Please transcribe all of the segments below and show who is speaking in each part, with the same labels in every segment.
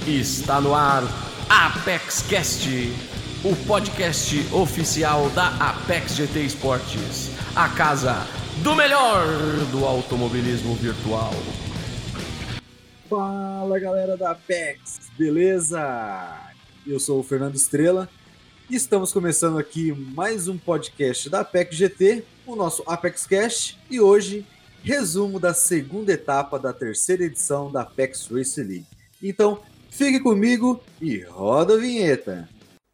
Speaker 1: Está no ar ApexCast, o podcast oficial da Apex GT Esportes, a casa do melhor do automobilismo virtual.
Speaker 2: Fala galera da Apex, beleza? Eu sou o Fernando Estrela e estamos começando aqui mais um podcast da Apex GT, o nosso ApexCast, e hoje resumo da segunda etapa da terceira edição da Apex Race League. Então, fique comigo e roda a vinheta.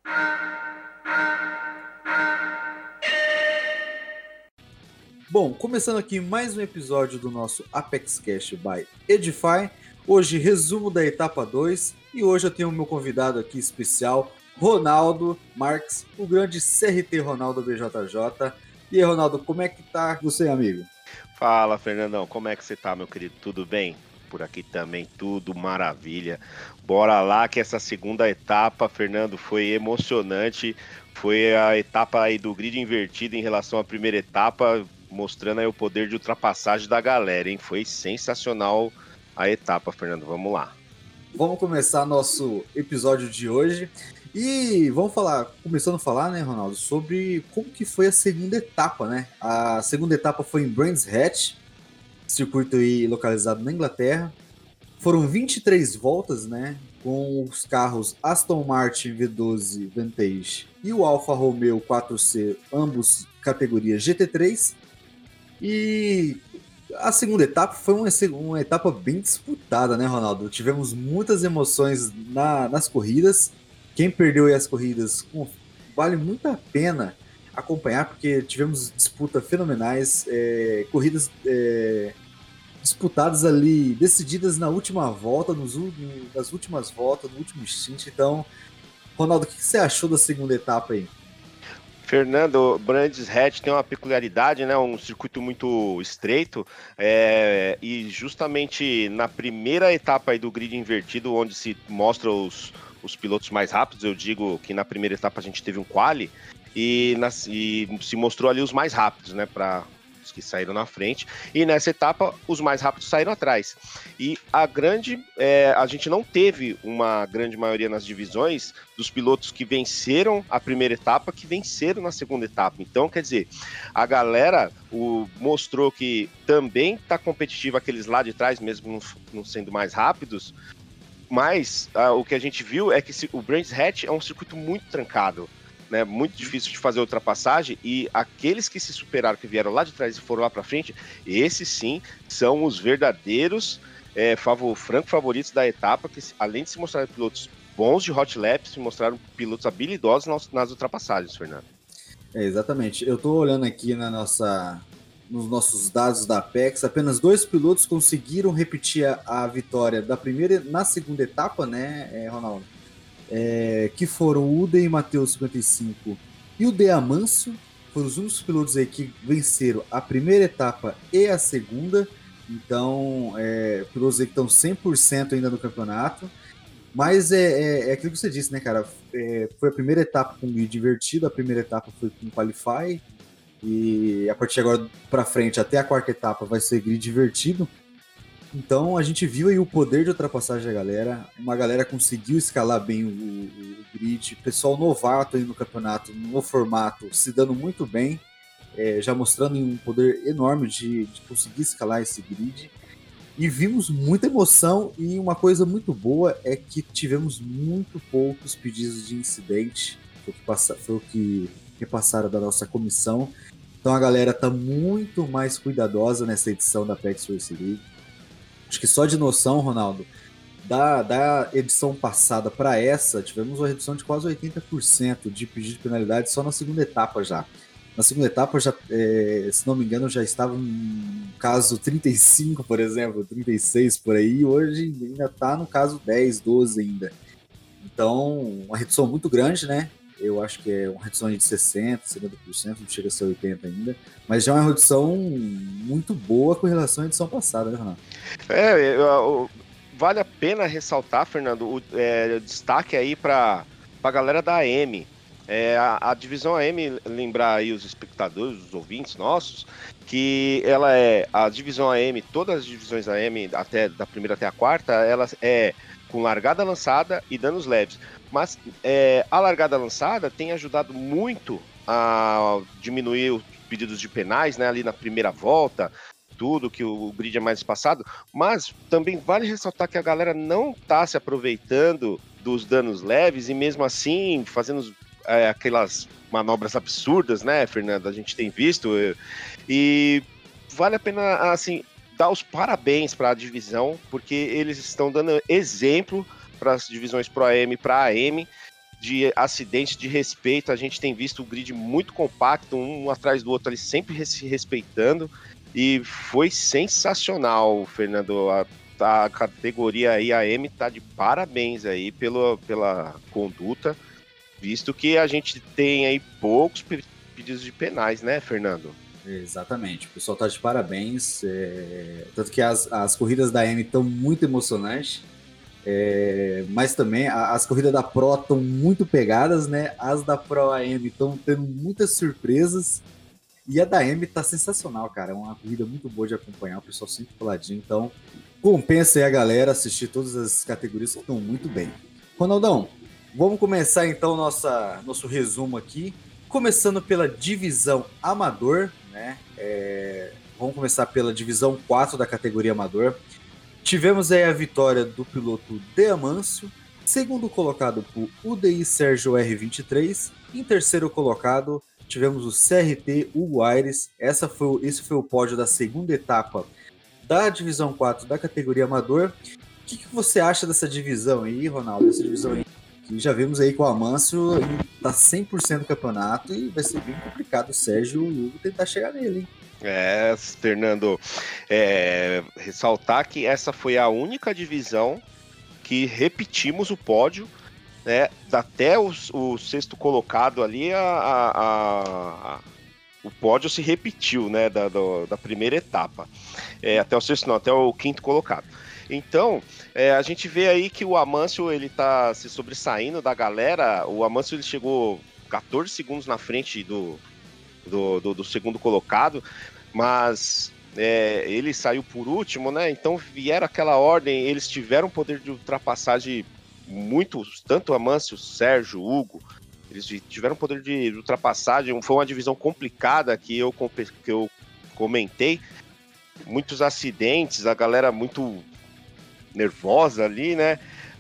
Speaker 2: Bom, começando aqui mais um episódio do nosso ApexCast by Edify. Hoje, resumo da etapa 2. E hoje eu tenho o meu convidado aqui especial, Ronaldo Marques, o grande CRT Ronaldo BJJ. E aí, Ronaldo, como é que tá você, amigo?
Speaker 3: Fala, Fernandão, como é que você tá, meu querido? Tudo bem? Por aqui também, tudo maravilha. Bora lá que essa segunda etapa, Fernando, foi emocionante. Foi a etapa aí do grid invertido em relação à primeira etapa, mostrando aí o poder de ultrapassagem da galera, hein? Foi sensacional a etapa, Fernando. Vamos lá.
Speaker 2: Vamos começar nosso episódio de hoje. E vamos começando a falar, né, Ronaldo, sobre como que foi a segunda etapa, né? A segunda etapa foi em Brands Hatch, circuito aí localizado na Inglaterra. Foram 23 voltas, né, com os carros Aston Martin V12 Vantage e o Alfa Romeo 4C, ambos categoria GT3. E a segunda etapa foi uma etapa bem disputada, né, Ronaldo? Tivemos muitas emoções nas corridas. Quem perdeu aí as corridas, vale muito a pena acompanhar, porque tivemos disputas fenomenais, corridas disputadas ali, decididas na última volta, nas últimas voltas, no último stint. Então, Ronaldo, o que você achou da segunda etapa aí?
Speaker 3: Fernando, Brands Hatch tem uma peculiaridade, né? Um circuito muito estreito, e justamente na primeira etapa aí do grid invertido, onde se mostra os pilotos mais rápidos, eu digo que na primeira etapa a gente teve um quali e se mostrou ali os mais rápidos, né? Para os que saíram na frente, e nessa etapa os mais rápidos saíram atrás. E a gente não teve uma grande maioria nas divisões dos pilotos que venceram a primeira etapa, que venceram na segunda etapa. Então, quer dizer, a galera mostrou que também está competitiva aqueles lá de trás, mesmo não sendo mais rápidos, mas o que a gente viu é que o Brands Hatch é um circuito muito trancado, né, muito difícil de fazer ultrapassagem, e aqueles que se superaram, que vieram lá de trás e foram lá para frente, esses sim são os verdadeiros franco favoritos da etapa, que além de se mostrarem pilotos bons de hot laps, se mostraram pilotos habilidosos nas ultrapassagens, Fernando.
Speaker 2: Exatamente. Eu estou olhando aqui nos nossos dados da Apex, apenas 2 pilotos conseguiram repetir a vitória da primeira na segunda etapa, né, Ronaldo? Que foram o Ude e Matheus 55 e o De Amancio. Foram os únicos pilotos aí que venceram a primeira etapa e a segunda. Então, pilotos aí que estão 100% ainda no campeonato. Mas é aquilo que você disse, né, cara? Foi a primeira etapa com grid divertido, a primeira etapa foi com Qualify, e a partir de agora para frente, até a quarta etapa, vai ser grid divertido. Então a gente viu aí o poder de ultrapassagem da galera. Uma galera conseguiu escalar bem o grid. Pessoal novato aí no campeonato, no formato, se dando muito bem, já mostrando um poder enorme de conseguir escalar esse grid. E vimos muita emoção, e uma coisa muito boa é que tivemos muito poucos pedidos de incidente. Foi o que repassaram da nossa comissão. Então a galera está muito mais cuidadosa nessa edição da Apex Race League. Acho que só de noção, Ronaldo, da edição passada para essa, tivemos uma redução de quase 80% de pedido de penalidade só na segunda etapa já. Na segunda etapa, se não me engano, já estava no caso 35, por exemplo, 36 por aí, hoje ainda está no caso 10, 12 ainda. Então, uma redução muito grande, né? Eu acho que é uma redução de 60%, 70%, não chega a ser 80% ainda, mas já é uma redução muito boa com relação à edição passada, né, Ronaldo?
Speaker 3: Vale a pena ressaltar, Fernando, o destaque aí para a galera da AM. A divisão AM, lembrar aí os espectadores, os ouvintes nossos, que ela é a divisão AM, todas as divisões AM, até da primeira até a quarta, ela é com largada lançada e danos leves. Mas a largada lançada tem ajudado muito a diminuir os pedidos de penais, né, ali na primeira volta, tudo, que o grid é mais espaçado, mas também vale ressaltar que a galera não está se aproveitando dos danos leves e mesmo assim fazendo aquelas manobras absurdas, né, Fernando? A gente tem visto e vale a pena, assim, dar os parabéns para a divisão, porque eles estão dando exemplo para as divisões Pro AM e para AM de acidentes, de respeito. A gente tem visto o grid muito compacto, um atrás do outro, ali sempre se respeitando. E foi sensacional, Fernando. A categoria aí, a AM, tá de parabéns aí pela conduta, visto que a gente tem aí poucos pedidos de penais, né, Fernando?
Speaker 2: Exatamente, o pessoal tá de parabéns. Tanto que as corridas da AM estão muito emocionantes. Mas também as corridas da Pro estão muito pegadas, né? As da Pro AM estão tendo muitas surpresas. E a da AM tá sensacional, cara. É uma corrida muito boa de acompanhar, o pessoal sempre coladinho. Então, compensa aí a galera assistir todas as categorias que estão muito bem. Ronaldão, vamos começar então nosso resumo aqui. Começando pela divisão amador, né? Vamos começar pela divisão 4 da categoria amador. Tivemos aí a vitória do piloto De Amâncio, segundo colocado por UDI Sérgio R23, em terceiro colocado tivemos o CRT Hugo Aires. Esse foi o pódio da segunda etapa da divisão 4 da categoria amador. O que você acha dessa divisão aí, Ronaldo? Essa divisão aí que já vimos aí com o Amâncio tá 100% do campeonato e vai ser bem complicado o Sérgio e o Hugo tentar chegar nele, hein?
Speaker 3: Fernando, ressaltar que essa foi a única divisão que repetimos o pódio, né, até o sexto colocado ali, o pódio se repetiu, né, da primeira etapa, até o sexto não, até o quinto colocado. Então, a gente vê aí que o Amâncio, ele tá se sobressaindo da galera. O Amâncio, ele chegou 14 segundos na frente do segundo colocado, mas ele saiu por último, né, então vieram aquela ordem, eles tiveram poder de ultrapassagem muitos, tanto Amâncio, Sérgio, Hugo, eles tiveram poder de ultrapassagem. Foi uma divisão complicada que eu comentei, muitos acidentes, a galera muito nervosa ali, né,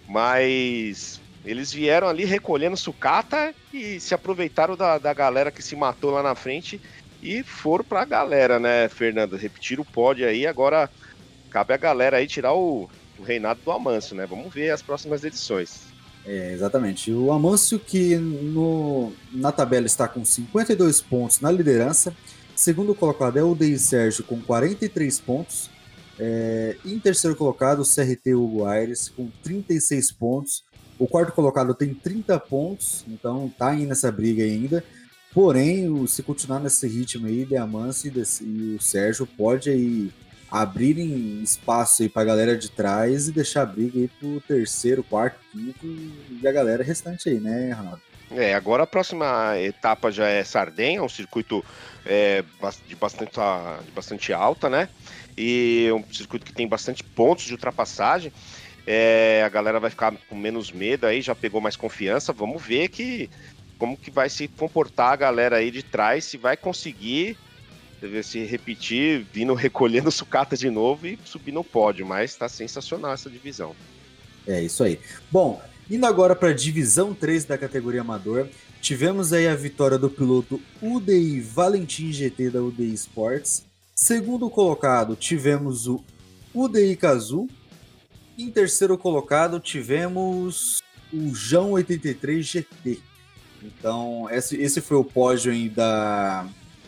Speaker 3: mas eles vieram ali recolhendo sucata e se aproveitaram da galera que se matou lá na frente e foram pra galera, né, Fernando, repetir o pódio aí. Agora cabe a galera aí tirar o reinado do Amâncio, né? Vamos ver as próximas edições.
Speaker 2: Exatamente. O Amâncio, que na tabela está com 52 pontos na liderança. Segundo colocado é o Dei Sérgio com 43 pontos. Em terceiro colocado, o CRT Hugo Aires com 36 pontos. O quarto colocado tem 30 pontos, então tá aí nessa briga ainda. Porém, se continuar nesse ritmo aí, de Amâncio e o Sérgio pode aí abrirem espaço aí pra galera de trás e deixar a briga aí pro terceiro, quarto, quinto e a galera restante aí, né, Ronaldo?
Speaker 3: Agora a próxima etapa já é Sardenha, um circuito de bastante alta, né? E um circuito que tem bastante pontos de ultrapassagem. A galera vai ficar com menos medo aí, já pegou mais confiança. Vamos ver como que vai se comportar a galera aí de trás, se vai conseguir se repetir, vindo recolhendo sucata de novo e subir no pódio, mas tá sensacional essa divisão.
Speaker 2: É isso aí. Bom, indo agora para a divisão 3 da categoria amador, tivemos aí a vitória do piloto UDI Valentim GT da UDI Sports. Segundo colocado, tivemos o UDI Kazu. Em terceiro colocado, tivemos o João 83 GT. Então, esse foi o pódio aí da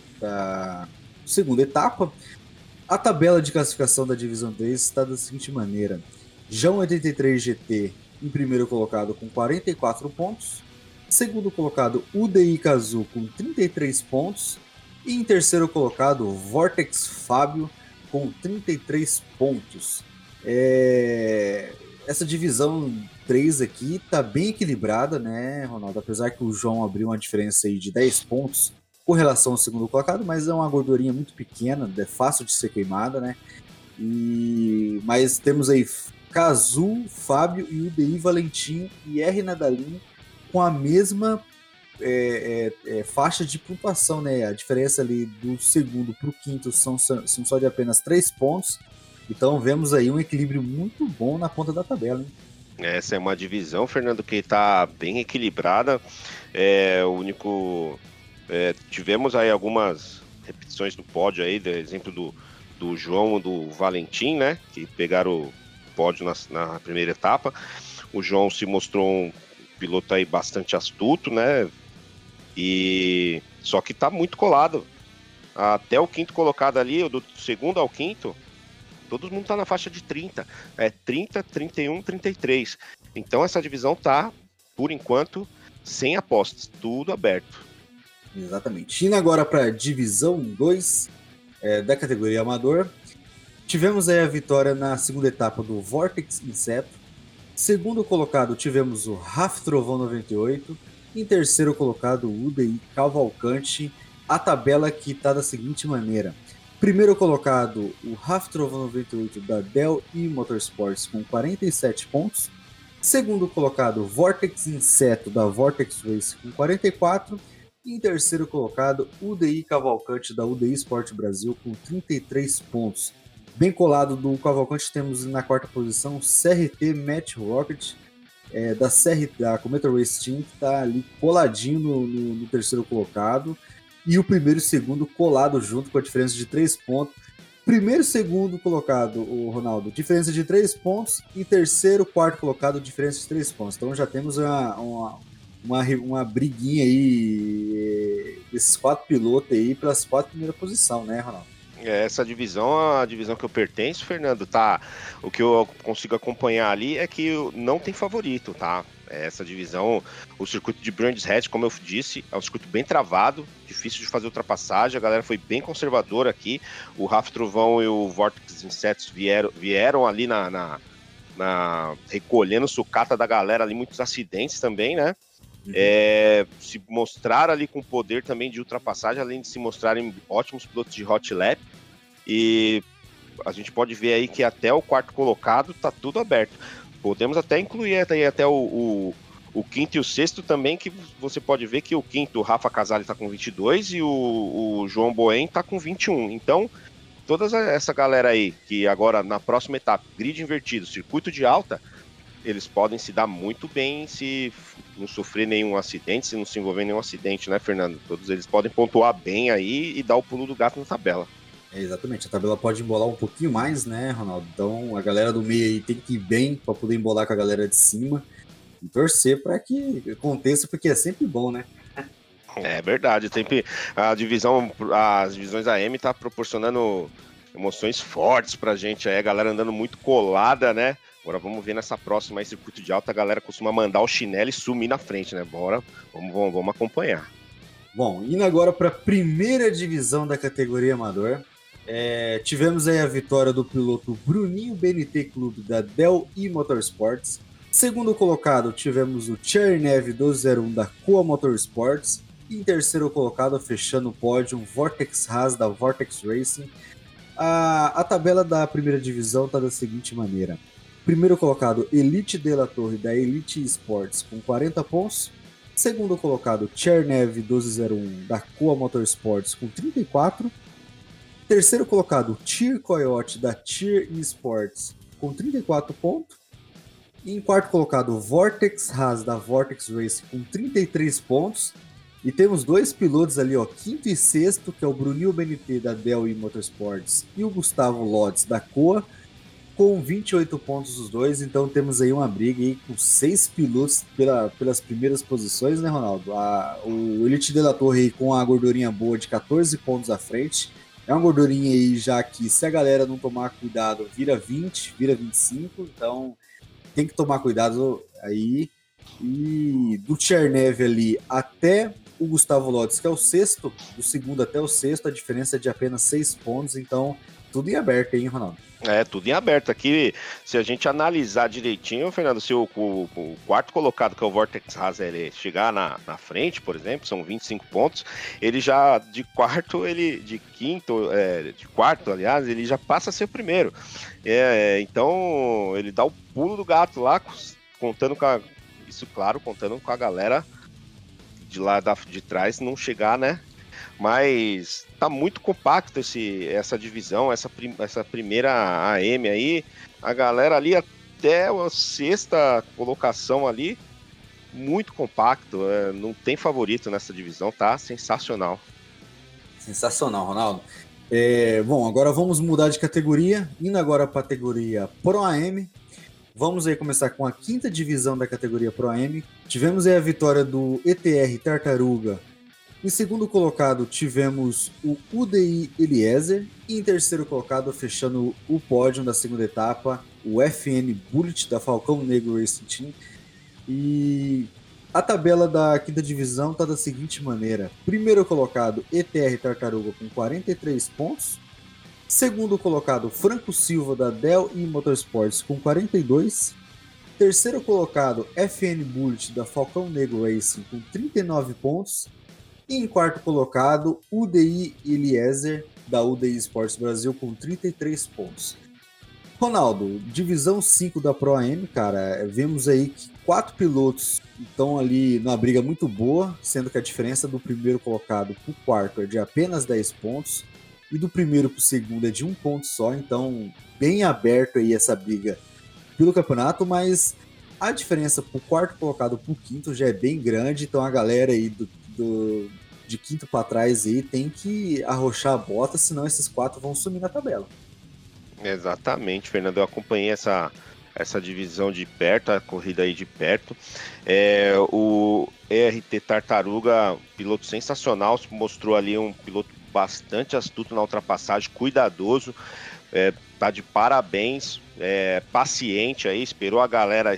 Speaker 2: segunda etapa. A tabela de classificação da divisão 3 está da seguinte maneira: João 83 GT em primeiro colocado com 44 pontos, segundo colocado UDI Kazu com 33 pontos e em terceiro colocado Vortex Fábio com 33 pontos. Essa divisão 3 aqui tá bem equilibrada, né, Ronaldo? Apesar que o João abriu uma diferença aí de 10 pontos com relação ao segundo colocado, mas é uma gordurinha muito pequena, é fácil de ser queimada, né? Mas temos aí Kazu, Fábio e UDI Valentim e R Nadalin com a mesma faixa de pontuação, né? A diferença ali do segundo para o quinto são só de apenas 3 pontos. Então vemos aí um equilíbrio muito bom na ponta da tabela, hein?
Speaker 3: Essa é uma divisão, Fernando, que está bem equilibrada. O único... tivemos aí algumas repetições do pódio aí, do exemplo do João e do Valentim, né? Que pegaram o pódio na primeira etapa. O João se mostrou um piloto aí bastante astuto, né? Só que tá muito colado. Até o quinto colocado ali, do segundo ao quinto, todo mundo tá na faixa de 30. 30, 31, 33. Então essa divisão tá, por enquanto, sem apostas. Tudo aberto.
Speaker 2: Exatamente. Indo agora para a divisão 2 da categoria amador, tivemos aí a vitória na segunda etapa do Vortex Inseto. Segundo colocado tivemos o Raf Trovão 98. Em terceiro colocado o UDI Cavalcante. A tabela que está da seguinte maneira: primeiro colocado o Raf Trovão 98 da Dell e Motorsports com 47 pontos. Segundo colocado o Vortex Inseto da Vortex Race com 44. Em terceiro colocado, UDI Cavalcante da UDI Sport Brasil com 33 pontos. Bem colado do Cavalcante temos na quarta posição o CRT Match Rocket da Cometa Race Team, que está ali coladinho no terceiro colocado. E o primeiro e segundo colado junto com a diferença de 3 pontos. Primeiro e segundo colocado, o Ronaldo, diferença de 3 pontos. E terceiro, quarto colocado, diferença de 3 pontos. Então já temos uma briguinha aí, esses 4 pilotos aí pelas 4 primeiras posições, né, Ronaldo?
Speaker 3: Essa divisão é a divisão que eu pertenço, Fernando, tá? O que eu consigo acompanhar ali é que não tem favorito, tá? Essa divisão, o circuito de Brands Hatch, como eu disse, é um circuito bem travado, difícil de fazer ultrapassagem, a galera foi bem conservadora aqui, o Raf Trovão e o Vortex Insetos vieram ali recolhendo sucata da galera ali, muitos acidentes também, né? Se mostraram ali com poder também de ultrapassagem, além de se mostrarem ótimos pilotos de hot lap, e a gente pode ver aí que até o quarto colocado tá tudo aberto. Podemos até incluir até o quinto e o sexto também, que você pode ver que o quinto, o Rafa Casale, tá com 22 e o João Boen tá com 21. Então, toda essa galera aí, que agora na próxima etapa, grid invertido, circuito de alta, eles podem se dar muito bem se não sofrer nenhum acidente, se não se envolver em nenhum acidente, né, Fernando? Todos eles podem pontuar bem aí e dar o pulo do gato na tabela.
Speaker 2: Exatamente, a tabela pode embolar um pouquinho mais, né, Ronaldo? Então a galera do meio aí tem que ir bem para poder embolar com a galera de cima e torcer para que aconteça, porque é sempre bom, né?
Speaker 3: É verdade, sempre as divisões AM tá proporcionando emoções fortes pra gente aí, a galera andando muito colada, né? Agora vamos ver nessa próxima aí, circuito de alta, a galera costuma mandar o chinelo e sumir na frente, né? Bora, vamos acompanhar.
Speaker 2: Bom, indo agora para a primeira divisão da categoria amador, tivemos aí a vitória do piloto Bruninho BNT Clube da Dell e Motorsports. Segundo colocado, tivemos o Chernev 1201 da Coa Motorsports. E em terceiro colocado, fechando o pódio, Vortex Haas da Vortex Racing. A tabela da primeira divisão está da seguinte maneira: primeiro colocado, Elite de la Torre da Elite Esports com 40 pontos. Segundo colocado, Chernev 1201 da Coa Motorsports com 34. Terceiro colocado, Tier Coyote da Tier Esports com 34 pontos. E em quarto colocado, Vortex Haas da Vortex Race com 33 pontos. E temos 2 pilotos ali, ó, quinto e sexto, que é o Brunil BNT da Dell e Motorsports e o Gustavo Lotz da Coa, com 28 pontos os dois. Então temos aí uma briga aí com 6 pilotos pelas primeiras posições, né, Ronaldo? O Elite de la Torre aí com a gordurinha boa de 14 pontos à frente. É uma gordurinha aí já que, se a galera não tomar cuidado, vira 20, vira 25. Então tem que tomar cuidado aí. E do Chernev ali até o Gustavo Lotz, que é o sexto, do segundo até o sexto, a diferença é de apenas 6 pontos. Então tudo em aberto, hein, Ronaldo?
Speaker 3: Tudo em aberto. Aqui, se a gente analisar direitinho, Fernando, se o quarto colocado, que é o Vortex Haas, ele chegar na frente, por exemplo, são 25 pontos, ele já, de quarto, de quarto, aliás, ele já passa a ser o primeiro. Então, ele dá o pulo do gato lá, contando com a galera de lá de trás não chegar, né? Mas tá muito compacto essa divisão, essa primeira AM aí, a galera ali até a sexta colocação ali, muito compacto, não tem favorito nessa divisão, tá sensacional.
Speaker 2: Sensacional, Ronaldo. Bom, agora vamos mudar de categoria, indo agora para a categoria Pro AM. Vamos aí começar com a quinta divisão da categoria Pro AM. Tivemos aí a vitória do ETR Tartaruga. Em segundo colocado, tivemos o UDI Eliezer. E em terceiro colocado, fechando o pódio da segunda etapa, o FN Bullet da Falcão Negro Racing Team. E a tabela da quinta divisão está da seguinte maneira. Primeiro colocado, ETR Tartaruga com 43 pontos. Segundo colocado, Franco Silva da Dell e Motorsports com 42. Terceiro colocado, FN Bullet da Falcão Negro Racing com 39 pontos. E em quarto colocado, UDI Eliezer, da UDI Esportes Brasil, com 33 pontos. Ronaldo, divisão 5 da Pro AM, cara, vemos aí que 4 pilotos estão ali numa briga muito boa, sendo que a diferença do primeiro colocado para o quarto é de apenas 10 pontos, e do primeiro para o segundo é de 1 ponto só, então bem aberto aí essa briga pelo campeonato, mas a diferença para o quarto colocado para o quinto já é bem grande, então a galera aí de quinto para trás aí tem que arrochar a bota, senão esses 4 vão sumir na tabela.
Speaker 3: Exatamente, Fernando, eu acompanhei essa divisão de perto, a corrida aí de perto. O ERT Tartaruga, piloto sensacional, mostrou ali um piloto bastante astuto na ultrapassagem, cuidadoso, tá de parabéns, paciente aí, esperou a galera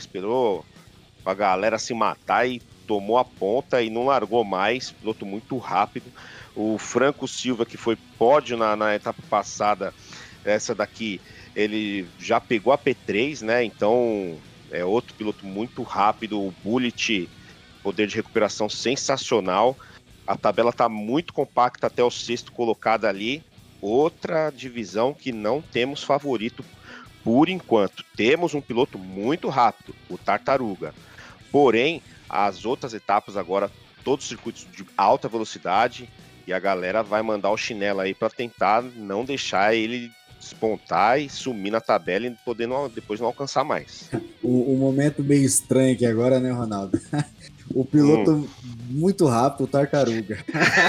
Speaker 3: se matar e tomou a ponta e não largou mais, piloto muito rápido. O Franco Silva, que foi pódio na etapa passada, essa daqui, ele já pegou a P3, né? Então é outro piloto muito rápido. O Bullet, poder de recuperação sensacional. A tabela tá muito compacta até o sexto colocado ali. Outra divisão que não temos favorito por enquanto. Temos um piloto muito rápido, o Tartaruga. Porém, as outras etapas agora, todos os circuitos de alta velocidade, e a galera vai mandar o chinelo aí para tentar não deixar ele despontar e sumir na tabela e poder depois não alcançar mais.
Speaker 2: O momento meio estranho aqui agora, né, Ronaldo? O piloto muito rápido, o Tartaruga.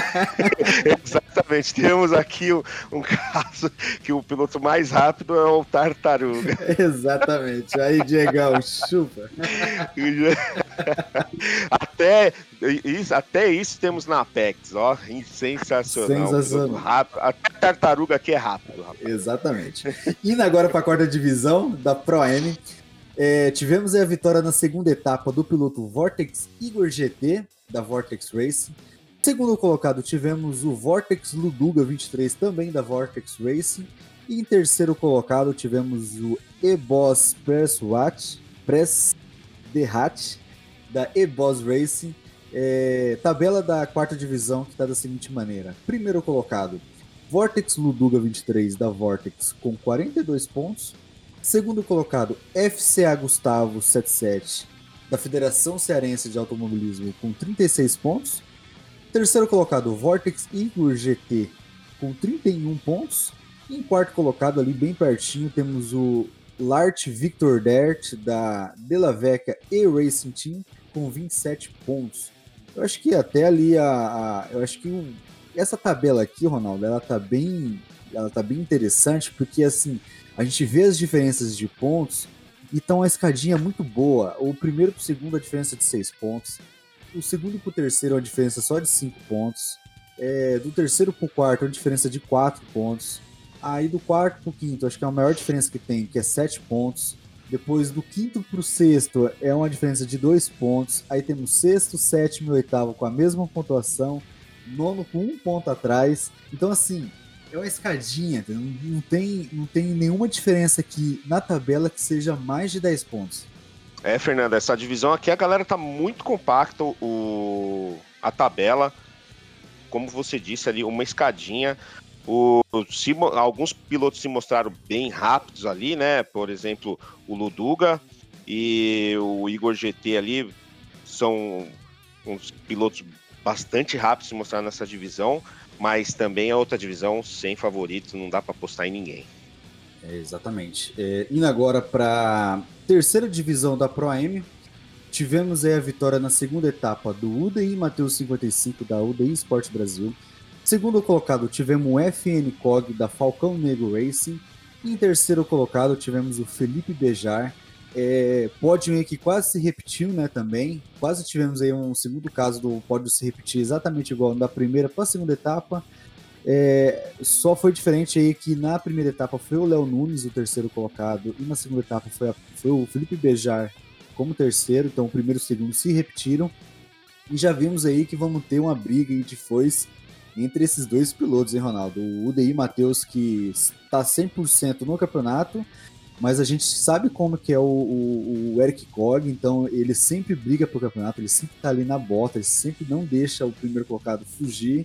Speaker 3: Exatamente, temos aqui um caso que o piloto mais rápido é o Tartaruga.
Speaker 2: Exatamente, aí Diegão, chupa.
Speaker 3: Até isso temos na Apex, ó, sensacional. Rápido. Até Tartaruga aqui é rápido. Rapaz.
Speaker 2: Exatamente. Indo agora para a quarta divisão da Pro AM, tivemos a vitória na segunda etapa do piloto Vortex Igor GT, da Vortex Racing. Segundo colocado, tivemos o Vortex Luduga 23, também da Vortex Racing. E em terceiro colocado, tivemos o E-Boss Press Derhat, da E-Boss Racing. Tabela da quarta divisão que está da seguinte maneira. Primeiro colocado, Vortex Luduga 23, da Vortex, com 42 pontos. Segundo colocado, FCA Gustavo 77, da Federação Cearense de Automobilismo, com 36 pontos. Terceiro colocado, Vortex Igor GT, com 31 pontos. E em quarto colocado, ali bem pertinho, temos o Lart Victor Dert, da Delavecca E-Racing Team, com 27 pontos. Eu acho que até ali essa tabela aqui, Ronaldo, ela tá bem interessante, porque assim, a gente vê as diferenças de pontos e então a escadinha é muito boa. O primeiro pro segundo a diferença é de 6 pontos. O segundo pro terceiro a diferença só de 5 pontos. Do terceiro pro quarto a diferença de 4 pontos. Aí do quarto pro quinto, acho que é a maior diferença que tem, que é 7 pontos. Depois do quinto pro sexto é uma diferença de 2 pontos. Aí temos sexto, sétimo e oitavo com a mesma pontuação. Nono com 1 ponto atrás. Então assim, é uma escadinha, não tem nenhuma diferença aqui na tabela que seja mais de 10 pontos.
Speaker 3: Fernando, essa divisão aqui a galera tá muito compacta, a tabela, como você disse ali, uma escadinha. Alguns pilotos se mostraram bem rápidos ali, né? Por exemplo, o Luduga e o Igor GT ali são uns pilotos bastante rápidos se mostraram nessa divisão, mas também é outra divisão sem favoritos, não dá para apostar em ninguém.
Speaker 2: Exatamente. Indo agora para terceira divisão da Pro Am, tivemos aí a vitória na segunda etapa do UDI Mateus 55 da UDI Sport Brasil. Segundo colocado, tivemos o FN Cog da Falcão Negro Racing. E em terceiro colocado, tivemos o Felipe Bejar. Pódio aí que quase se repetiu, né, também. Quase tivemos aí um segundo caso do pódio se repetir exatamente igual da primeira para a segunda etapa. Só foi diferente aí que na primeira etapa foi o Léo Nunes, o terceiro colocado, e na segunda etapa foi o Felipe Bejar como terceiro, então o primeiro e o segundo se repetiram. E já vimos aí que vamos ter uma briga aí de foice entre esses dois pilotos, hein, Ronaldo? O UDI Mateus, que está 100% no campeonato, mas a gente sabe como que é o Eric Cog, então ele sempre briga pro campeonato, ele sempre tá ali na bota, ele sempre não deixa o primeiro colocado fugir,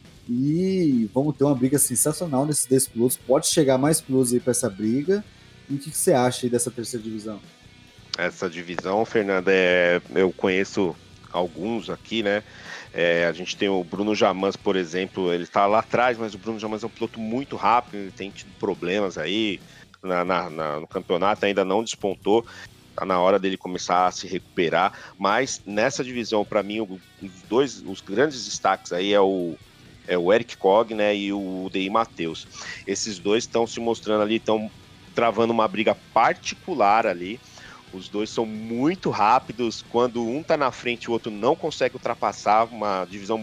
Speaker 2: e vamos ter uma briga sensacional nesses dois pilotos. Pode chegar mais pilotos aí para essa briga. E o que você acha aí dessa terceira divisão?
Speaker 3: Essa divisão, Fernanda, eu conheço alguns aqui, né? A gente tem o Bruno Jamans, por exemplo, ele está lá atrás, mas o Bruno Jamans é um piloto muito rápido, ele tem tido problemas aí no campeonato, ainda não despontou, tá na hora dele começar a se recuperar, mas nessa divisão, para mim, os grandes destaques aí é o Eric Cog, né, e o UDI Mateus. Esses dois estão se mostrando ali, estão travando uma briga particular ali. Os dois são muito rápidos. Quando um tá na frente, o outro não consegue ultrapassar. Uma divisão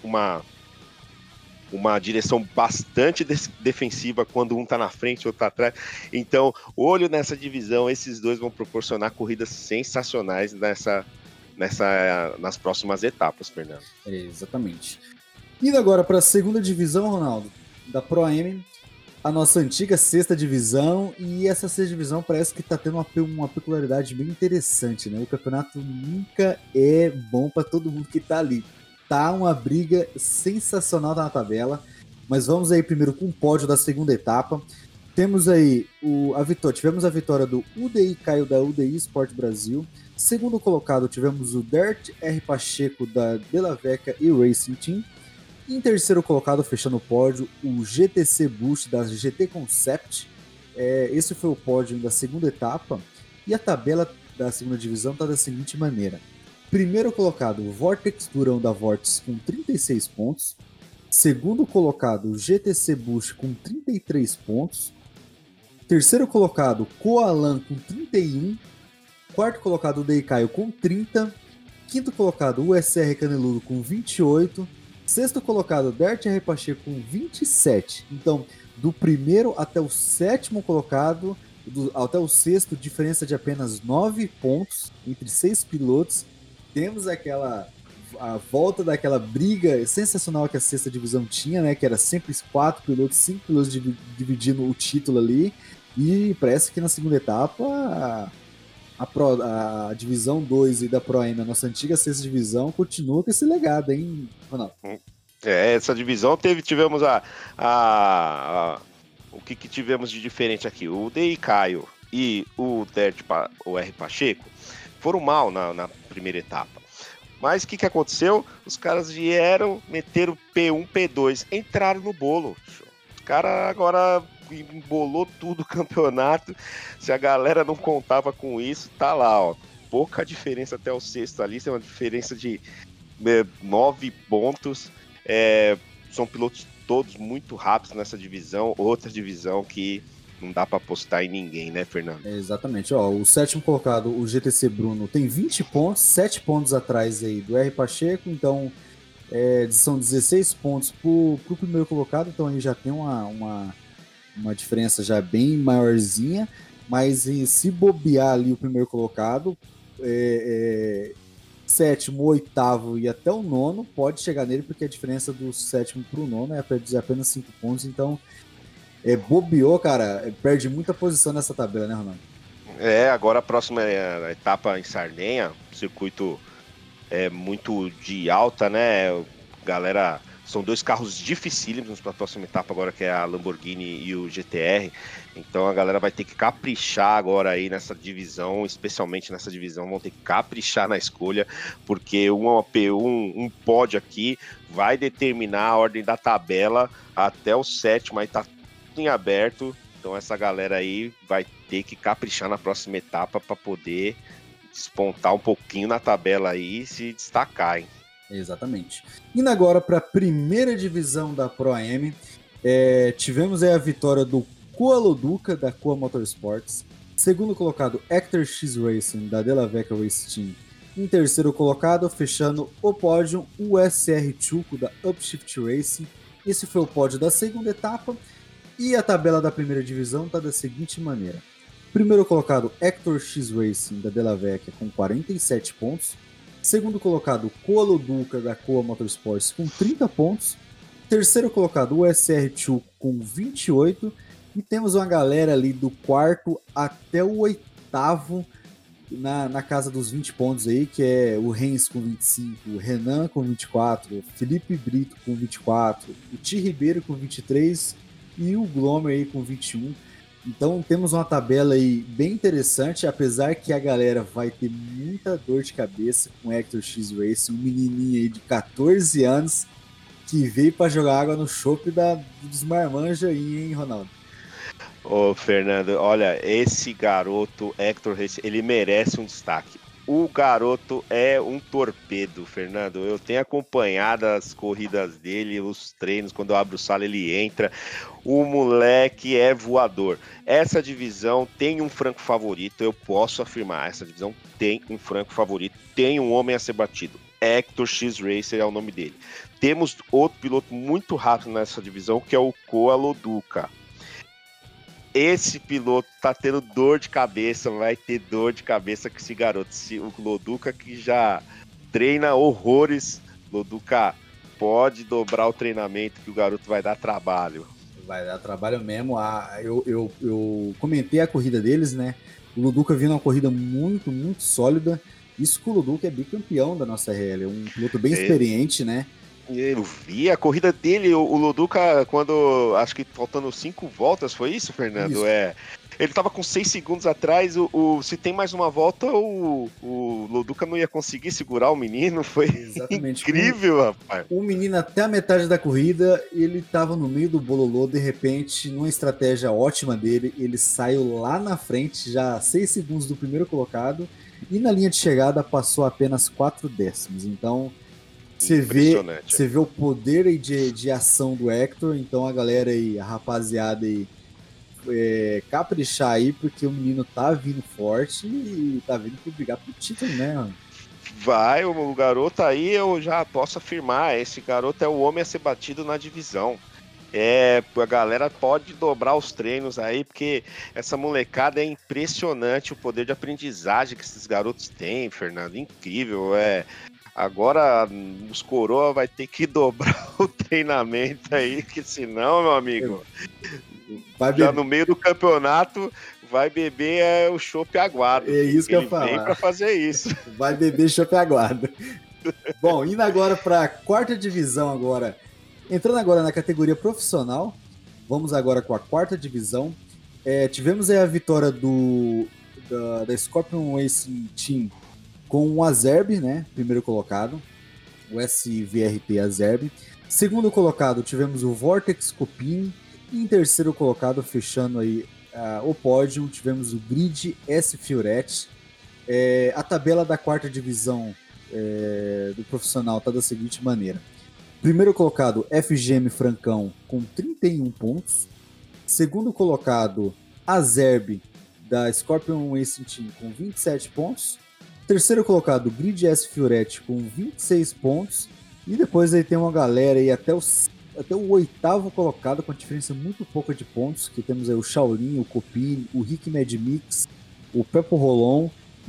Speaker 3: uma direção bastante defensiva quando um tá na frente, o outro tá atrás. Então, olho nessa divisão, esses dois vão proporcionar corridas sensacionais nas próximas etapas, Fernando.
Speaker 2: Exatamente. Indo agora para a segunda divisão, Ronaldo, da Pro Am, a nossa antiga sexta divisão, e essa sexta divisão parece que está tendo uma peculiaridade bem interessante, né? O campeonato nunca é bom para todo mundo que está ali. Tá uma briga sensacional na tabela, mas vamos aí primeiro com o pódio da segunda etapa. Temos aí tivemos a vitória do UDI Caio da UDI Sport Brasil. Segundo colocado tivemos o Dert R Pacheco da Della Vecchia e Racing Team. Em terceiro colocado, fechando o pódio, o GTC Boost da GT Concept. Esse foi o pódio da segunda etapa. E a tabela da segunda divisão está da seguinte maneira. Primeiro colocado, o Vortex Durão da Vortex com 36 pontos. Segundo colocado, o GTC Boost com 33 pontos. Terceiro colocado, Koalan com 31. Quarto colocado, o Deikaio com 30. Quinto colocado, o USR Caneludo com 28. Sexto colocado, Dert R. Pacheco com 27. Então, do primeiro até o sétimo colocado, até o sexto, diferença de apenas 9 pontos entre 6 pilotos. Temos a volta daquela briga sensacional que a sexta divisão tinha, né? Que era sempre 4 pilotos, 5 pilotos dividindo o título ali. E parece que na segunda etapa a divisão 2 e da Pro Am, a nossa antiga sexta divisão, continua com esse legado, hein, Ronaldo?
Speaker 3: Essa divisão tivemos o que tivemos de diferente aqui? O DI Caio e o R Pacheco foram mal na primeira etapa. Mas o que aconteceu? Os caras vieram, meteram P1, P2, entraram no bolo. Os caras agora embolou tudo o campeonato. Se a galera não contava com isso, tá lá, ó. Pouca diferença até o sexto ali, tem uma diferença de 9 pontos. São pilotos todos muito rápidos nessa divisão. Outra divisão que não dá para apostar em ninguém, né, Fernando?
Speaker 2: Exatamente. O sétimo colocado, o GTC Bruno, tem 20 pontos, 7 pontos atrás aí do R Pacheco, então são 16 pontos pro primeiro colocado, então aí já tem uma diferença já bem maiorzinha, mas se bobear ali o primeiro colocado, sétimo, o oitavo e até o nono pode chegar nele, porque a diferença do sétimo pro nono é apenas 5 pontos, então bobeou, cara, perde muita posição nessa tabela, né, Ronaldo?
Speaker 3: Agora a próxima é a etapa em Sardenha, circuito muito de alta, né? Galera, são 2 carros dificílimos para a próxima etapa agora, que é a Lamborghini e o GTR. Então a galera vai ter que caprichar agora aí nessa divisão, especialmente nessa divisão, vão ter que caprichar na escolha, porque um pódio aqui vai determinar a ordem da tabela até o sétimo, aí tá tudo em aberto. Então essa galera aí vai ter que caprichar na próxima etapa para poder despontar um pouquinho na tabela aí e se destacar, hein?
Speaker 2: Exatamente. Indo agora para a primeira divisão da Pro AM, tivemos aí a vitória do Koa Loduca, da Koa Motorsports. Segundo colocado, Hector X Racing, da Delaveca Race Team. Em terceiro colocado, fechando o pódio, o SR Chuco, da Upshift Racing. Esse foi o pódio da segunda etapa. E a tabela da primeira divisão está da seguinte maneira. Primeiro colocado, Hector X Racing, da Delaveca, com 47 pontos. Segundo colocado, Koa Loduca, da Koa Motorsports, com 30 pontos. Terceiro colocado, o SR Chuco, com 28. E temos uma galera ali do quarto até o oitavo na casa dos 20 pontos aí, que é o Renz com 25, o Renan com 24, o Felipe Brito com 24, o Ti Ribeiro com 23 e o Glomer aí com 21. Então temos uma tabela aí bem interessante, apesar que a galera vai ter muita dor de cabeça com o Hector X Racing, um menininho aí de 14 anos que veio para jogar água no chope dos marmanjos aí, hein, Ronaldo?
Speaker 3: Ô, Fernando, olha, esse garoto, Hector Racing, ele merece um destaque. O garoto é um torpedo, Fernando. Eu tenho acompanhado as corridas dele, os treinos, quando eu abro sala ele entra. O moleque é voador. Essa divisão tem um franco favorito, eu posso afirmar. Essa divisão tem um franco favorito, tem um homem a ser batido. Hector X Racer é o nome dele. Temos outro piloto muito rápido nessa divisão, que é o Koa Loduca. Esse piloto tá tendo dor de cabeça, vai ter dor de cabeça com esse garoto. O Loduca, que já treina horrores, Loduca pode dobrar o treinamento, que o garoto vai dar trabalho.
Speaker 2: Vai dar trabalho mesmo. Eu comentei a corrida deles, né? O Loduca vindo uma corrida muito, muito sólida. Isso que o Loduca é bicampeão da nossa RL, é um piloto bem experiente, né?
Speaker 3: Eu vi a corrida dele, o Loduca, quando, acho que faltando 5 voltas, foi isso, Fernando?
Speaker 2: Isso.
Speaker 3: Ele tava com 6 segundos atrás, se tem mais uma volta, o Loduca não ia conseguir segurar o menino, foi
Speaker 2: Exatamente.
Speaker 3: Incrível, rapaz.
Speaker 2: O menino até a metade da corrida, ele tava no meio do bololô, de repente, numa estratégia ótima dele, ele saiu lá na frente, já 6 segundos do primeiro colocado, e na linha de chegada passou apenas 4 décimos, então... Você vê o poder aí de ação do Hector, então a galera aí, a rapaziada aí, caprichar aí, porque o menino tá vindo forte e tá vindo pra brigar pro título, né?
Speaker 3: Vai, o garoto aí, eu já posso afirmar, esse garoto é o homem a ser batido na divisão. A galera pode dobrar os treinos aí, porque essa molecada é impressionante o poder de aprendizagem que esses garotos têm, Fernando, incrível, Agora os coroa vai ter que dobrar o treinamento aí, que senão, meu amigo, já no meio do campeonato vai beber o chopp aguado.
Speaker 2: É isso que eu ia falar.
Speaker 3: Ele vem pra fazer isso.
Speaker 2: Vai beber chopp aguado. Bom, indo agora para a quarta divisão agora. Entrando agora na categoria profissional, vamos agora com a quarta divisão. Tivemos aí a vitória da Scorpion Racing Team com o Azerb, né? Primeiro colocado, o SVRT Azerb. Segundo colocado, tivemos o Vortex Copini. E em terceiro colocado, fechando aí o pódio, tivemos o Grid S Fioretti. A tabela da quarta divisão do profissional está da seguinte maneira. Primeiro colocado, FGM Francão, com 31 pontos. Segundo colocado, Azerb, da Scorpion Racing Team, com 27 pontos. Terceiro colocado, Grid S Fioretti, com 26 pontos. E depois aí tem uma galera aí até o oitavo colocado, com a diferença muito pouca de pontos, que temos aí o Shaolin, o Copini, o Rick Mad Mix, o Pepo Rolon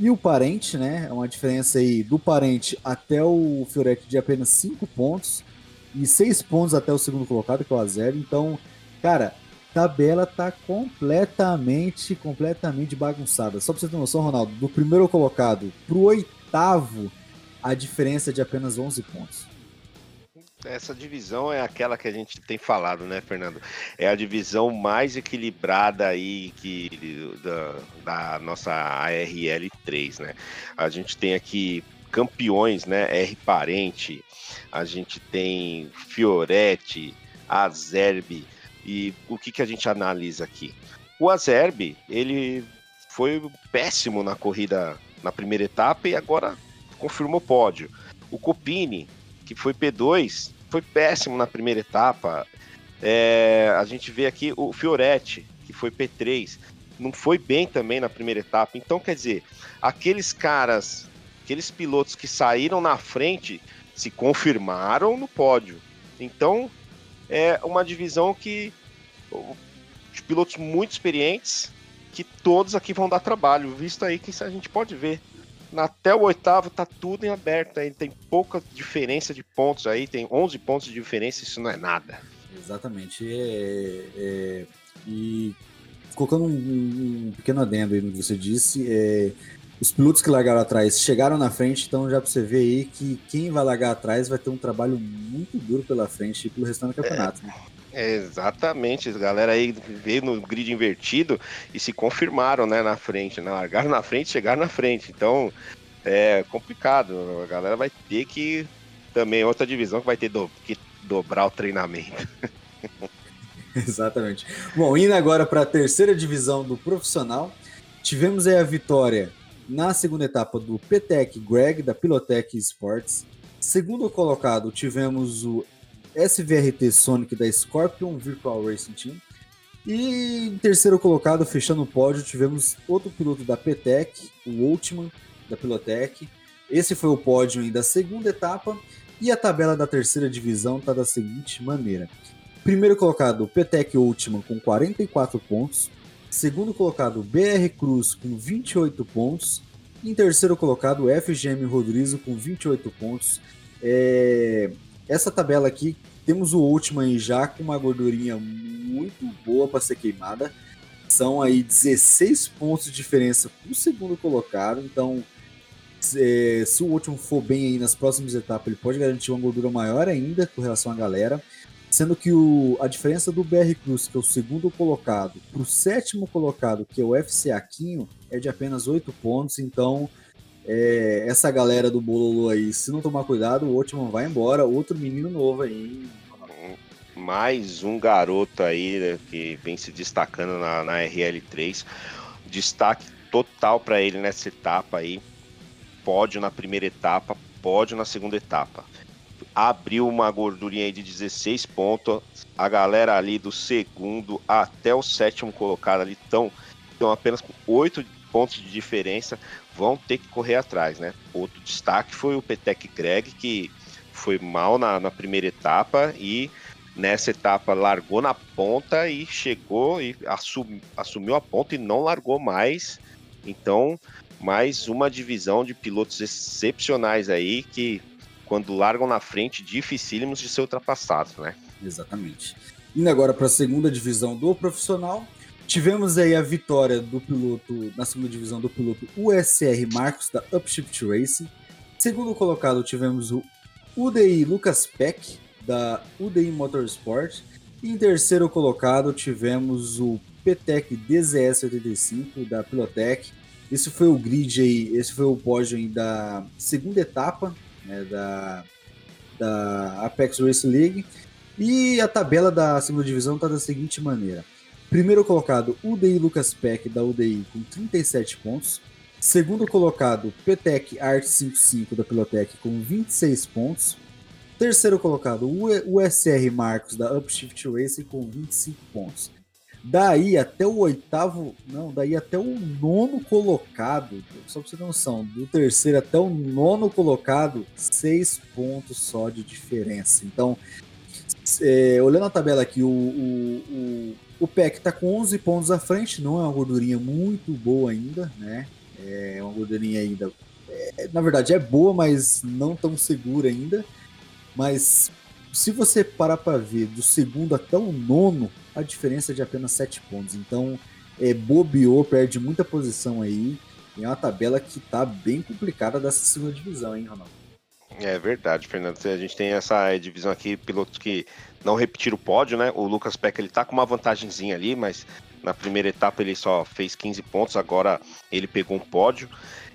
Speaker 2: E o Parente, né? É uma diferença aí do Parente até o Fioretti de apenas 5 pontos e 6 pontos até o segundo colocado, que é o Azerbi. Então, cara, tabela tá completamente bagunçada. Só pra você ter noção, Ronaldo, do primeiro colocado pro oitavo, a diferença é de apenas 11 pontos.
Speaker 3: Essa divisão é aquela que a gente tem falado, né, Fernando? É a divisão mais equilibrada aí da nossa ARL3, né? A gente tem aqui campeões, né? R Parente, a gente tem Fioretti, Azerbi, e o que a gente analisa aqui? O Azerbi, ele foi péssimo na corrida na primeira etapa e agora confirmou pódio. O Copini, que foi P2, foi péssimo na primeira etapa. A gente vê aqui o Fioretti, que foi P3, não foi bem também na primeira etapa. Então, quer dizer, aqueles pilotos que saíram na frente se confirmaram no pódio. Então, é uma divisão de pilotos muito experientes, que todos aqui vão dar trabalho, visto aí que a gente pode ver. Até o oitavo tá tudo em aberto, aí tem pouca diferença de pontos aí, tem 11 pontos de diferença, isso não é nada.
Speaker 2: Exatamente. E colocando um pequeno adendo aí no que você disse, os pilotos que largaram atrás chegaram na frente, então já pra você ver aí que quem vai largar atrás vai ter um trabalho muito duro pela frente e pelo restante do campeonato, né?
Speaker 3: Exatamente, a galera aí veio no grid invertido e se confirmaram, né, na frente, né? Largaram na frente, chegaram na frente, então é complicado, a galera vai ter que, também outra divisão que vai ter que dobrar o treinamento.
Speaker 2: Exatamente. Bom, indo agora para a terceira divisão do profissional, tivemos aí a vitória na segunda etapa do PTEC Greg, da Pilotec Sports. Segundo colocado, tivemos o SVRT Sonic da Scorpion Virtual Racing Team. E em terceiro colocado, fechando o pódio, tivemos outro piloto da PTEC, o Ultiman, da Pilotec. Esse foi o pódio da segunda etapa. E a tabela da terceira divisão está da seguinte maneira. Primeiro colocado, PTEC Ultiman com 44 pontos. Segundo colocado, BR Cruz com 28 pontos. E em terceiro colocado, FGM Rodrigo com 28 pontos. Essa tabela aqui, temos o Ultiman já com uma gordurinha muito boa para ser queimada. São aí 16 pontos de diferença para o segundo colocado. Então, se o Ultiman for bem aí nas próximas etapas, ele pode garantir uma gordura maior ainda com relação à galera. Sendo que a diferença do BR Cruz, que é o segundo colocado, para o sétimo colocado, que é o FC Aquinho, é de apenas 8 pontos. Então, essa galera do Bololô aí, se não tomar cuidado, o Ultiman vai embora. Outro menino novo aí.
Speaker 3: Mais um garoto aí, né, que vem se destacando na RL3. Destaque total para ele nessa etapa aí. Pódio na primeira etapa, pódio na segunda etapa. Abriu uma gordurinha aí de 16 pontos. A galera ali do segundo até o sétimo colocado ali estão apenas com 8 pontos de diferença. Vão ter que correr atrás, né? Outro destaque foi o PTEC Greg, que foi mal na primeira etapa e nessa etapa largou na ponta e chegou e assumiu a ponta e não largou mais. Então, mais uma divisão de pilotos excepcionais aí que, quando largam na frente, dificílimos de ser ultrapassados, né?
Speaker 2: Exatamente. Indo agora para a segunda divisão do profissional, tivemos aí a vitória do piloto, na segunda divisão do piloto USR Marcos, da Upshift Racing. Segundo colocado, tivemos o UDI Lucas Peck, da UDI Motorsport. E em terceiro colocado, tivemos o PTEC DZS 85, da Pilotec. Esse foi o grid aí, esse foi o pódio aí da segunda etapa, né, da Apex Race League. E a tabela da segunda divisão está da seguinte maneira. Primeiro colocado, UDI Lucas Peck, da UDI, com 37 pontos. Segundo colocado, PTEC Art 55, da Pilotec, com 26 pontos. Terceiro colocado, USR Marcos, da Upshift Racing, com 25 pontos. Daí até o nono colocado, só pra você ter noção, do terceiro até o nono colocado, 6 pontos só de diferença. Então, olhando a tabela aqui, o PEC tá com 11 pontos à frente, não é uma gordurinha muito boa ainda, né? É uma gordurinha ainda, na verdade é boa, mas não tão segura ainda. Mas se você parar para ver do segundo até o nono, a diferença é de apenas 7 pontos. Então, bobeou, perde muita posição aí. E é uma tabela que tá bem complicada dessa segunda divisão, hein, Ronaldo?
Speaker 3: É verdade, Fernando. A gente tem essa divisão aqui, pilotos que não repetiram o pódio, né? O Lucas Peck, ele tá com uma vantagenzinha ali, mas na primeira etapa ele só fez 15 pontos, agora ele pegou um pódio.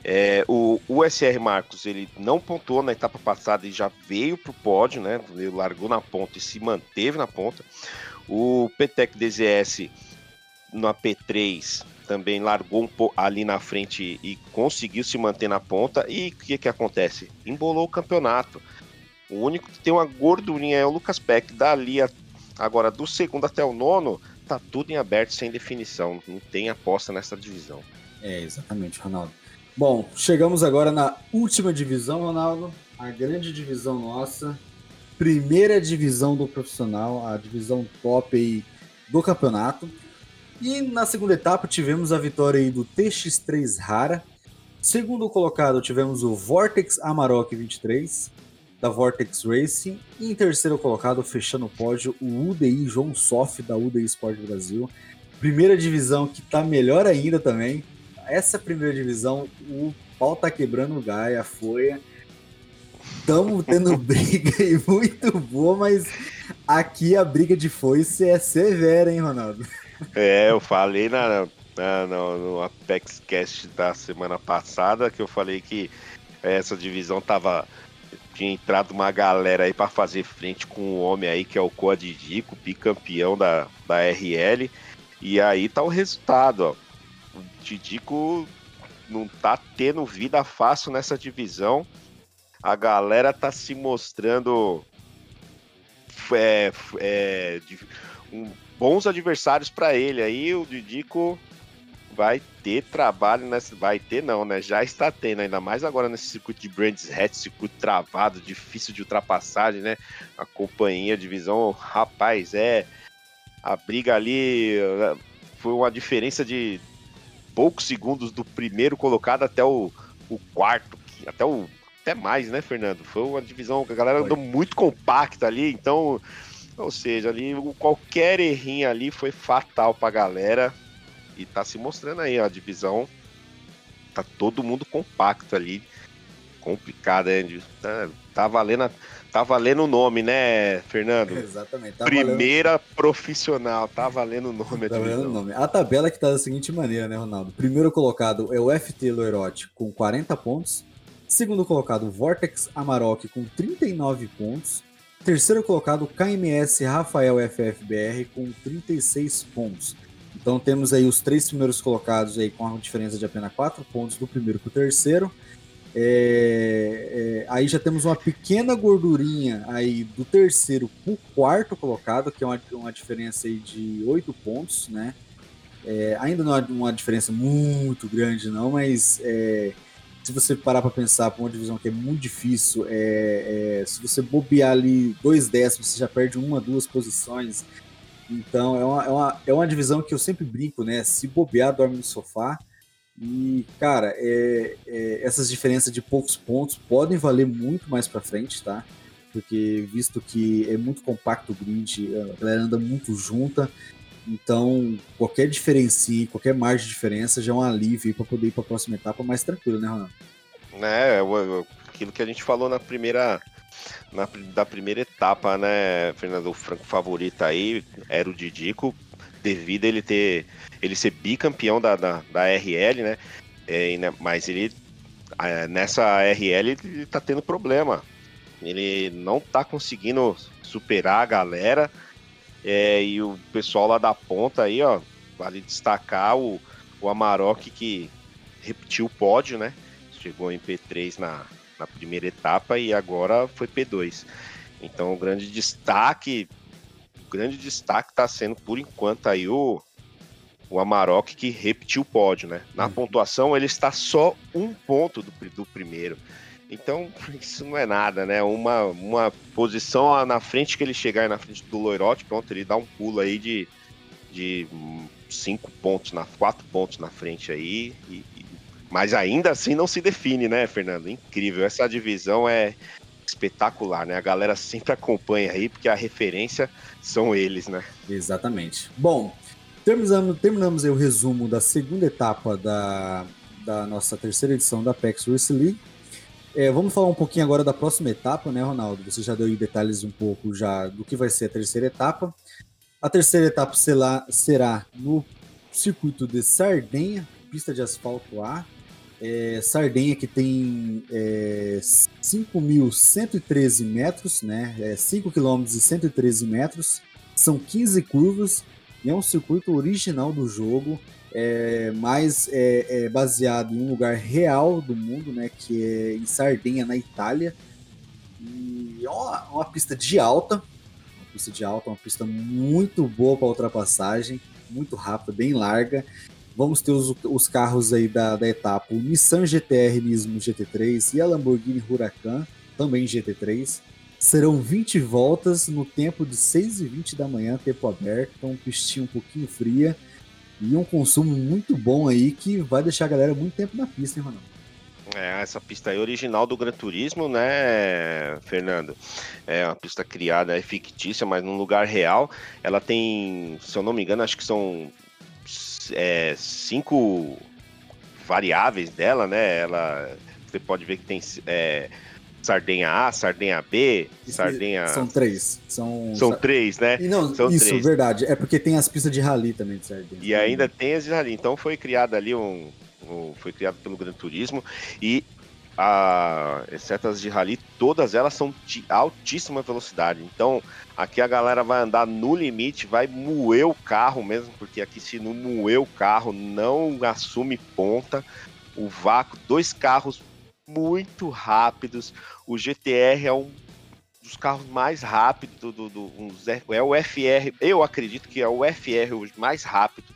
Speaker 3: O SR Marcos, ele não pontuou na etapa passada e já veio pro pódio, né? Ele largou na ponta e se manteve na ponta. O Petec DZS na P3 também largou um pouco ali na frente e conseguiu se manter na ponta. E o que acontece? Embolou o campeonato. O único que tem uma gordurinha é o Lucas Peck. Dali agora do segundo até o nono, tá tudo em aberto, sem definição. Não tem aposta nessa divisão.
Speaker 2: Exatamente, Ronaldo. Bom, chegamos agora na última divisão, Ronaldo. A grande divisão nossa. Primeira divisão do profissional, a divisão top aí do campeonato. E na segunda etapa tivemos a vitória aí do TX3 Rara. Segundo colocado tivemos o Vortex Amarok 23, da Vortex Racing. E em terceiro colocado, fechando o pódio, o UDI João Sof, da UDI Sport Brasil. Primeira divisão que tá melhor ainda também. Essa primeira divisão, o pau tá quebrando o Gaia, a folha. Estamos tendo briga aí muito boa, mas aqui a briga de foice é severa, hein, Ronaldo?
Speaker 3: Eu falei no Apex Cast da semana passada que eu falei que essa divisão tinha entrado uma galera aí para fazer frente com um homem aí que é o Coadidico, bicampeão da RL, e aí tá o resultado, ó. O Didico não tá tendo vida fácil nessa divisão, a galera tá se mostrando bons adversários para ele. Aí o Didico vai ter trabalho nessa. Vai ter, não, né? Já está tendo, ainda mais agora nesse circuito de Brands Hatch, circuito travado, difícil de ultrapassagem, né? A companhia, a divisão, rapaz, a briga ali foi uma diferença de poucos segundos do primeiro colocado até o quarto, até mais, né, Fernando? Foi uma divisão que a galera andou muito compacta ali, então. Ou seja, ali qualquer errinho ali foi fatal pra galera. E tá se mostrando aí, ó, a divisão. Tá todo mundo compacto ali. Complicado, hein? Tá valendo o nome, né, Fernando?
Speaker 2: Exatamente.
Speaker 3: Primeira profissional, tá valendo o nome a divisão.
Speaker 2: A tabela que tá da seguinte maneira, né, Ronaldo? Primeiro colocado é o FT Loirote com 40 pontos. Segundo colocado, o Vortex Amarok com 39 pontos. Terceiro colocado, KMS Rafael FFBR com 36 pontos. Então temos aí os três primeiros colocados aí com a diferença de apenas 4 pontos do primeiro para o terceiro. Aí já temos uma pequena gordurinha aí do terceiro para o quarto colocado, que é uma diferença aí de 8 pontos, né? Ainda não é uma diferença muito grande não, mas se você parar para pensar para uma divisão que é muito difícil, se você bobear ali 2 décimos, você já perde 1, 2 posições. Então é uma divisão que eu sempre brinco, né? Se bobear, dorme no sofá. E, cara, essas diferenças de poucos pontos podem valer muito mais para frente, tá? Porque visto que é muito compacto o grid, a galera anda muito junta. Então, qualquer diferença, qualquer margem de diferença já é um alívio para poder ir para a próxima etapa mais tranquilo, né, Ronaldo?
Speaker 3: Aquilo que a gente falou da primeira etapa, né, Fernando? O franco favorito aí era o Didico, devido a ele ser bicampeão da RL, né? Mas ele nessa RL ele tá tendo problema. Ele não tá conseguindo superar a galera. E o pessoal lá da ponta aí, ó, vale destacar o Amarok, que repetiu o pódio, né? Chegou em P3 na primeira etapa e agora foi P2. Então o grande destaque está sendo por enquanto aí o Amarok, que repetiu o pódio, né? Na pontuação ele está só 1 ponto do primeiro. Então, isso não é nada, né? Uma posição na frente que ele chegar na frente do Loirote, pronto, ele dá um pulo aí de 5 pontos, 4 pontos na frente aí, e Mas ainda assim não se define, né, Fernando? Incrível, essa divisão é espetacular, né? A galera sempre acompanha aí, porque a referência são eles, né?
Speaker 2: Exatamente. Bom, terminamos aí o resumo da segunda etapa da nossa terceira edição da Apex Race League. Vamos falar um pouquinho agora da próxima etapa, né, Ronaldo? Você já deu aí detalhes um pouco já do que vai ser a terceira etapa. A terceira etapa será no circuito de Sardenha, pista de asfalto A. Sardenha que tem 5.113 metros, né? 5 km e 113 metros. São 15 curvas e é um circuito original do jogo, mas baseado em um lugar real do mundo, né? Que é em Sardenha, na Itália. E é uma pista de alta, uma pista muito boa para ultrapassagem, muito rápida, bem larga. Vamos ter os carros aí da etapa, o Nissan GT-R Nismo GT3 e a Lamborghini Huracan, também GT3. Serão 20 voltas no tempo de 6h20 da manhã, tempo aberto, então pistinha um pouquinho fria e um consumo muito bom aí que vai deixar a galera muito tempo na pista, hein, Ronaldo?
Speaker 3: Essa pista aí é original do Gran Turismo, né, Fernando? É uma pista criada, é fictícia, mas num lugar real. Ela tem, se eu não me engano, acho que são 5 variáveis dela, né? Você pode ver que tem Sardenha A, Sardenha B, Sardenha...
Speaker 2: São 3.
Speaker 3: São 3, né?
Speaker 2: E não,
Speaker 3: são
Speaker 2: isso,
Speaker 3: 3.
Speaker 2: Verdade. É porque tem as pistas de rally também de Sardenha.
Speaker 3: E ainda tem as de rally. Então foi criado ali foi criado pelo Gran Turismo e exceto as de rally, todas elas são de altíssima velocidade. Então aqui a galera vai andar no limite, vai moer o carro mesmo, porque aqui se não moer o carro, não assume ponta. O vácuo, 2 carros muito rápidos. O GT-R é um dos carros mais rápidos é o FR, eu acredito que é o FR o mais rápido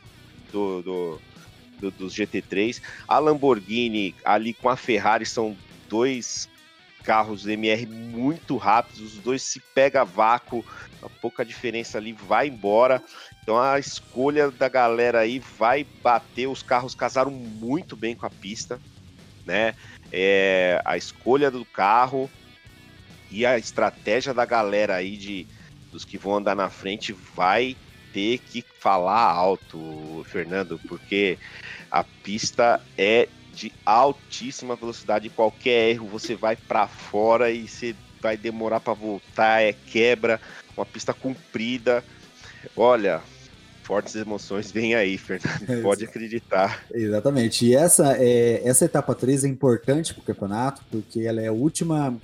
Speaker 3: dos GT3. A Lamborghini ali com a Ferrari são 2 carros MR muito rápidos, os dois se pega vácuo, a pouca diferença ali vai embora. Então a escolha da galera aí vai bater, os carros casaram muito bem com a pista, né? A escolha do carro e a estratégia da galera aí dos que vão andar na frente vai ter que falar alto, Fernando, porque a pista é de altíssima velocidade. Qualquer erro você vai para fora e você vai demorar para voltar, quebra, uma pista comprida. Olha, fortes emoções vem aí, Fernando, pode acreditar.
Speaker 2: Exatamente, e essa etapa 3 é importante para o campeonato, porque ela é a última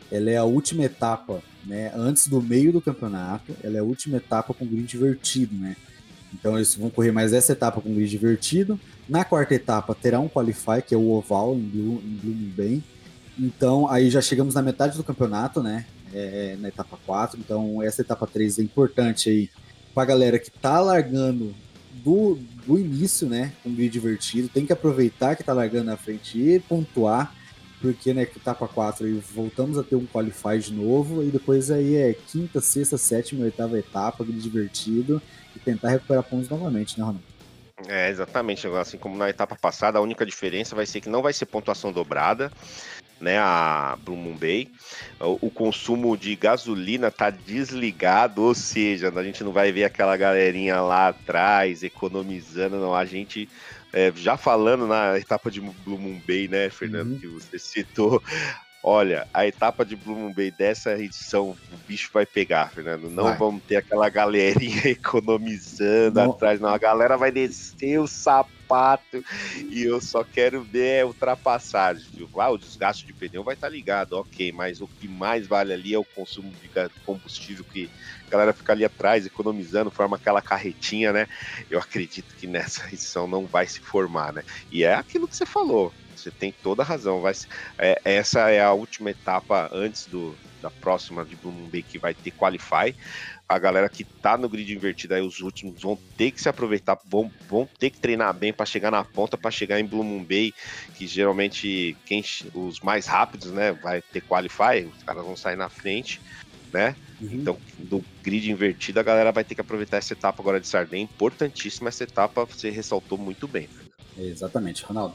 Speaker 2: etapa, né, antes do meio do campeonato. Ela é a última etapa com grid invertido, né? Então eles vão correr mais essa etapa com grid invertido. Na quarta etapa terá um qualify, que é o oval em Blooming Bay. Então aí já chegamos na metade do campeonato, né? Na etapa 4. Então essa etapa 3 é importante aí pra galera que tá largando do início, né? Com grid invertido. Tem que aproveitar que tá largando na frente e pontuar, porque na etapa 4 aí voltamos a ter um qualify de novo, e depois aí quinta, sexta, sétima, oitava etapa, grid divertido, e tentar recuperar pontos novamente, né, Ronaldo?
Speaker 3: Exatamente, assim como na etapa passada, a única diferença vai ser que não vai ser pontuação dobrada, né, a Blue Moon Bay. O consumo de gasolina tá desligado, ou seja, a gente não vai ver aquela galerinha lá atrás economizando, não, a gente... já falando na etapa de Blue Moon Bay, né, Fernando, que você citou, olha, a etapa de Blue Moon Bay dessa edição, o bicho vai pegar, Fernando. Não vamos ter aquela galerinha economizando atrás, não. A galera vai descer o sapato e eu só quero ver ultrapassagem. O desgaste de pneu vai estar ligado, ok, mas o que mais vale ali é o consumo de combustível, que a galera fica ali atrás economizando, forma aquela carretinha, né? Eu acredito que nessa edição não vai se formar, né? E é aquilo que você falou. Você tem toda a razão. Essa é a última etapa antes da próxima de Blue Moon Bay, que vai ter Qualify. A galera que tá no grid invertido aí, os últimos, vão ter que se aproveitar, vão ter que treinar bem para chegar na ponta, para chegar em Blue Moon Bay, que geralmente os mais rápidos, né, vai ter Qualify, os caras vão sair na frente, né? Então, do grid invertido, a galera vai ter que aproveitar essa etapa agora de Sardenha. Importantíssima essa etapa, você ressaltou muito bem.
Speaker 2: Exatamente, Ronaldo.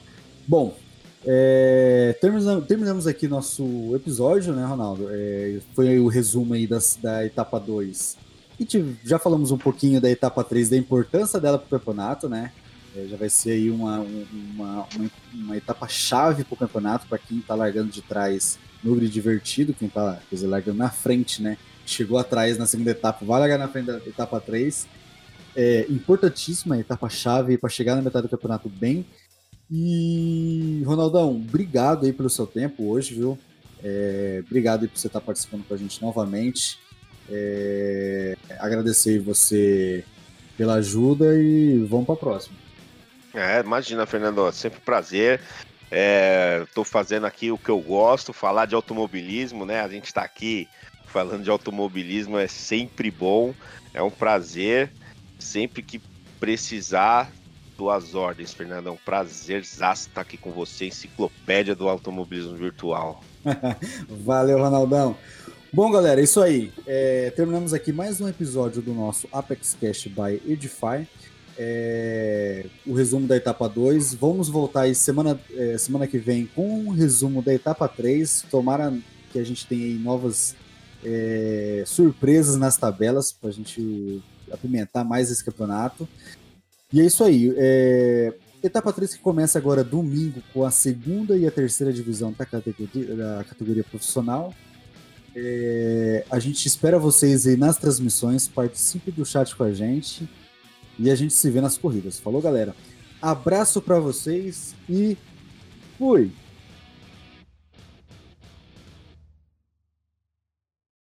Speaker 2: Bom, terminamos aqui nosso episódio, né, Ronaldo? Foi o resumo aí da etapa 2. E já falamos um pouquinho da etapa 3, da importância dela para o campeonato, né? Já vai ser aí uma etapa chave para o campeonato, para quem está largando de trás no grid divertido, quem está largando na frente, né? Chegou atrás na segunda etapa, vai largar na frente da etapa 3. Importantíssima, etapa chave para chegar na metade do campeonato bem. E, Ronaldão, obrigado aí pelo seu tempo hoje, viu? Obrigado aí por você estar participando com a gente novamente. Agradecer você pela ajuda e vamos para a próxima.
Speaker 3: Imagina, Fernando, sempre um prazer. Estou fazendo aqui o que eu gosto, falar de automobilismo, né? A gente está aqui falando de automobilismo, é sempre bom, é um prazer. Sempre que precisar, tuas ordens, Fernando. É um prazerzaço estar aqui com você, enciclopédia do automobilismo virtual.
Speaker 2: Valeu, Ronaldão. Bom, galera, é isso aí. Terminamos aqui mais um episódio do nosso Apex Cash by Edify. O resumo da etapa 2. Vamos voltar aí semana que vem com um resumo da etapa 3. Tomara que a gente tenha aí novas surpresas nas tabelas para a gente apimentar mais esse campeonato. E é isso aí. Etapa 3 que começa agora domingo com a segunda e a terceira divisão da categoria profissional. A gente espera vocês aí nas transmissões, participe do chat com a gente e a gente se vê nas corridas. Falou, galera? Abraço para vocês e fui!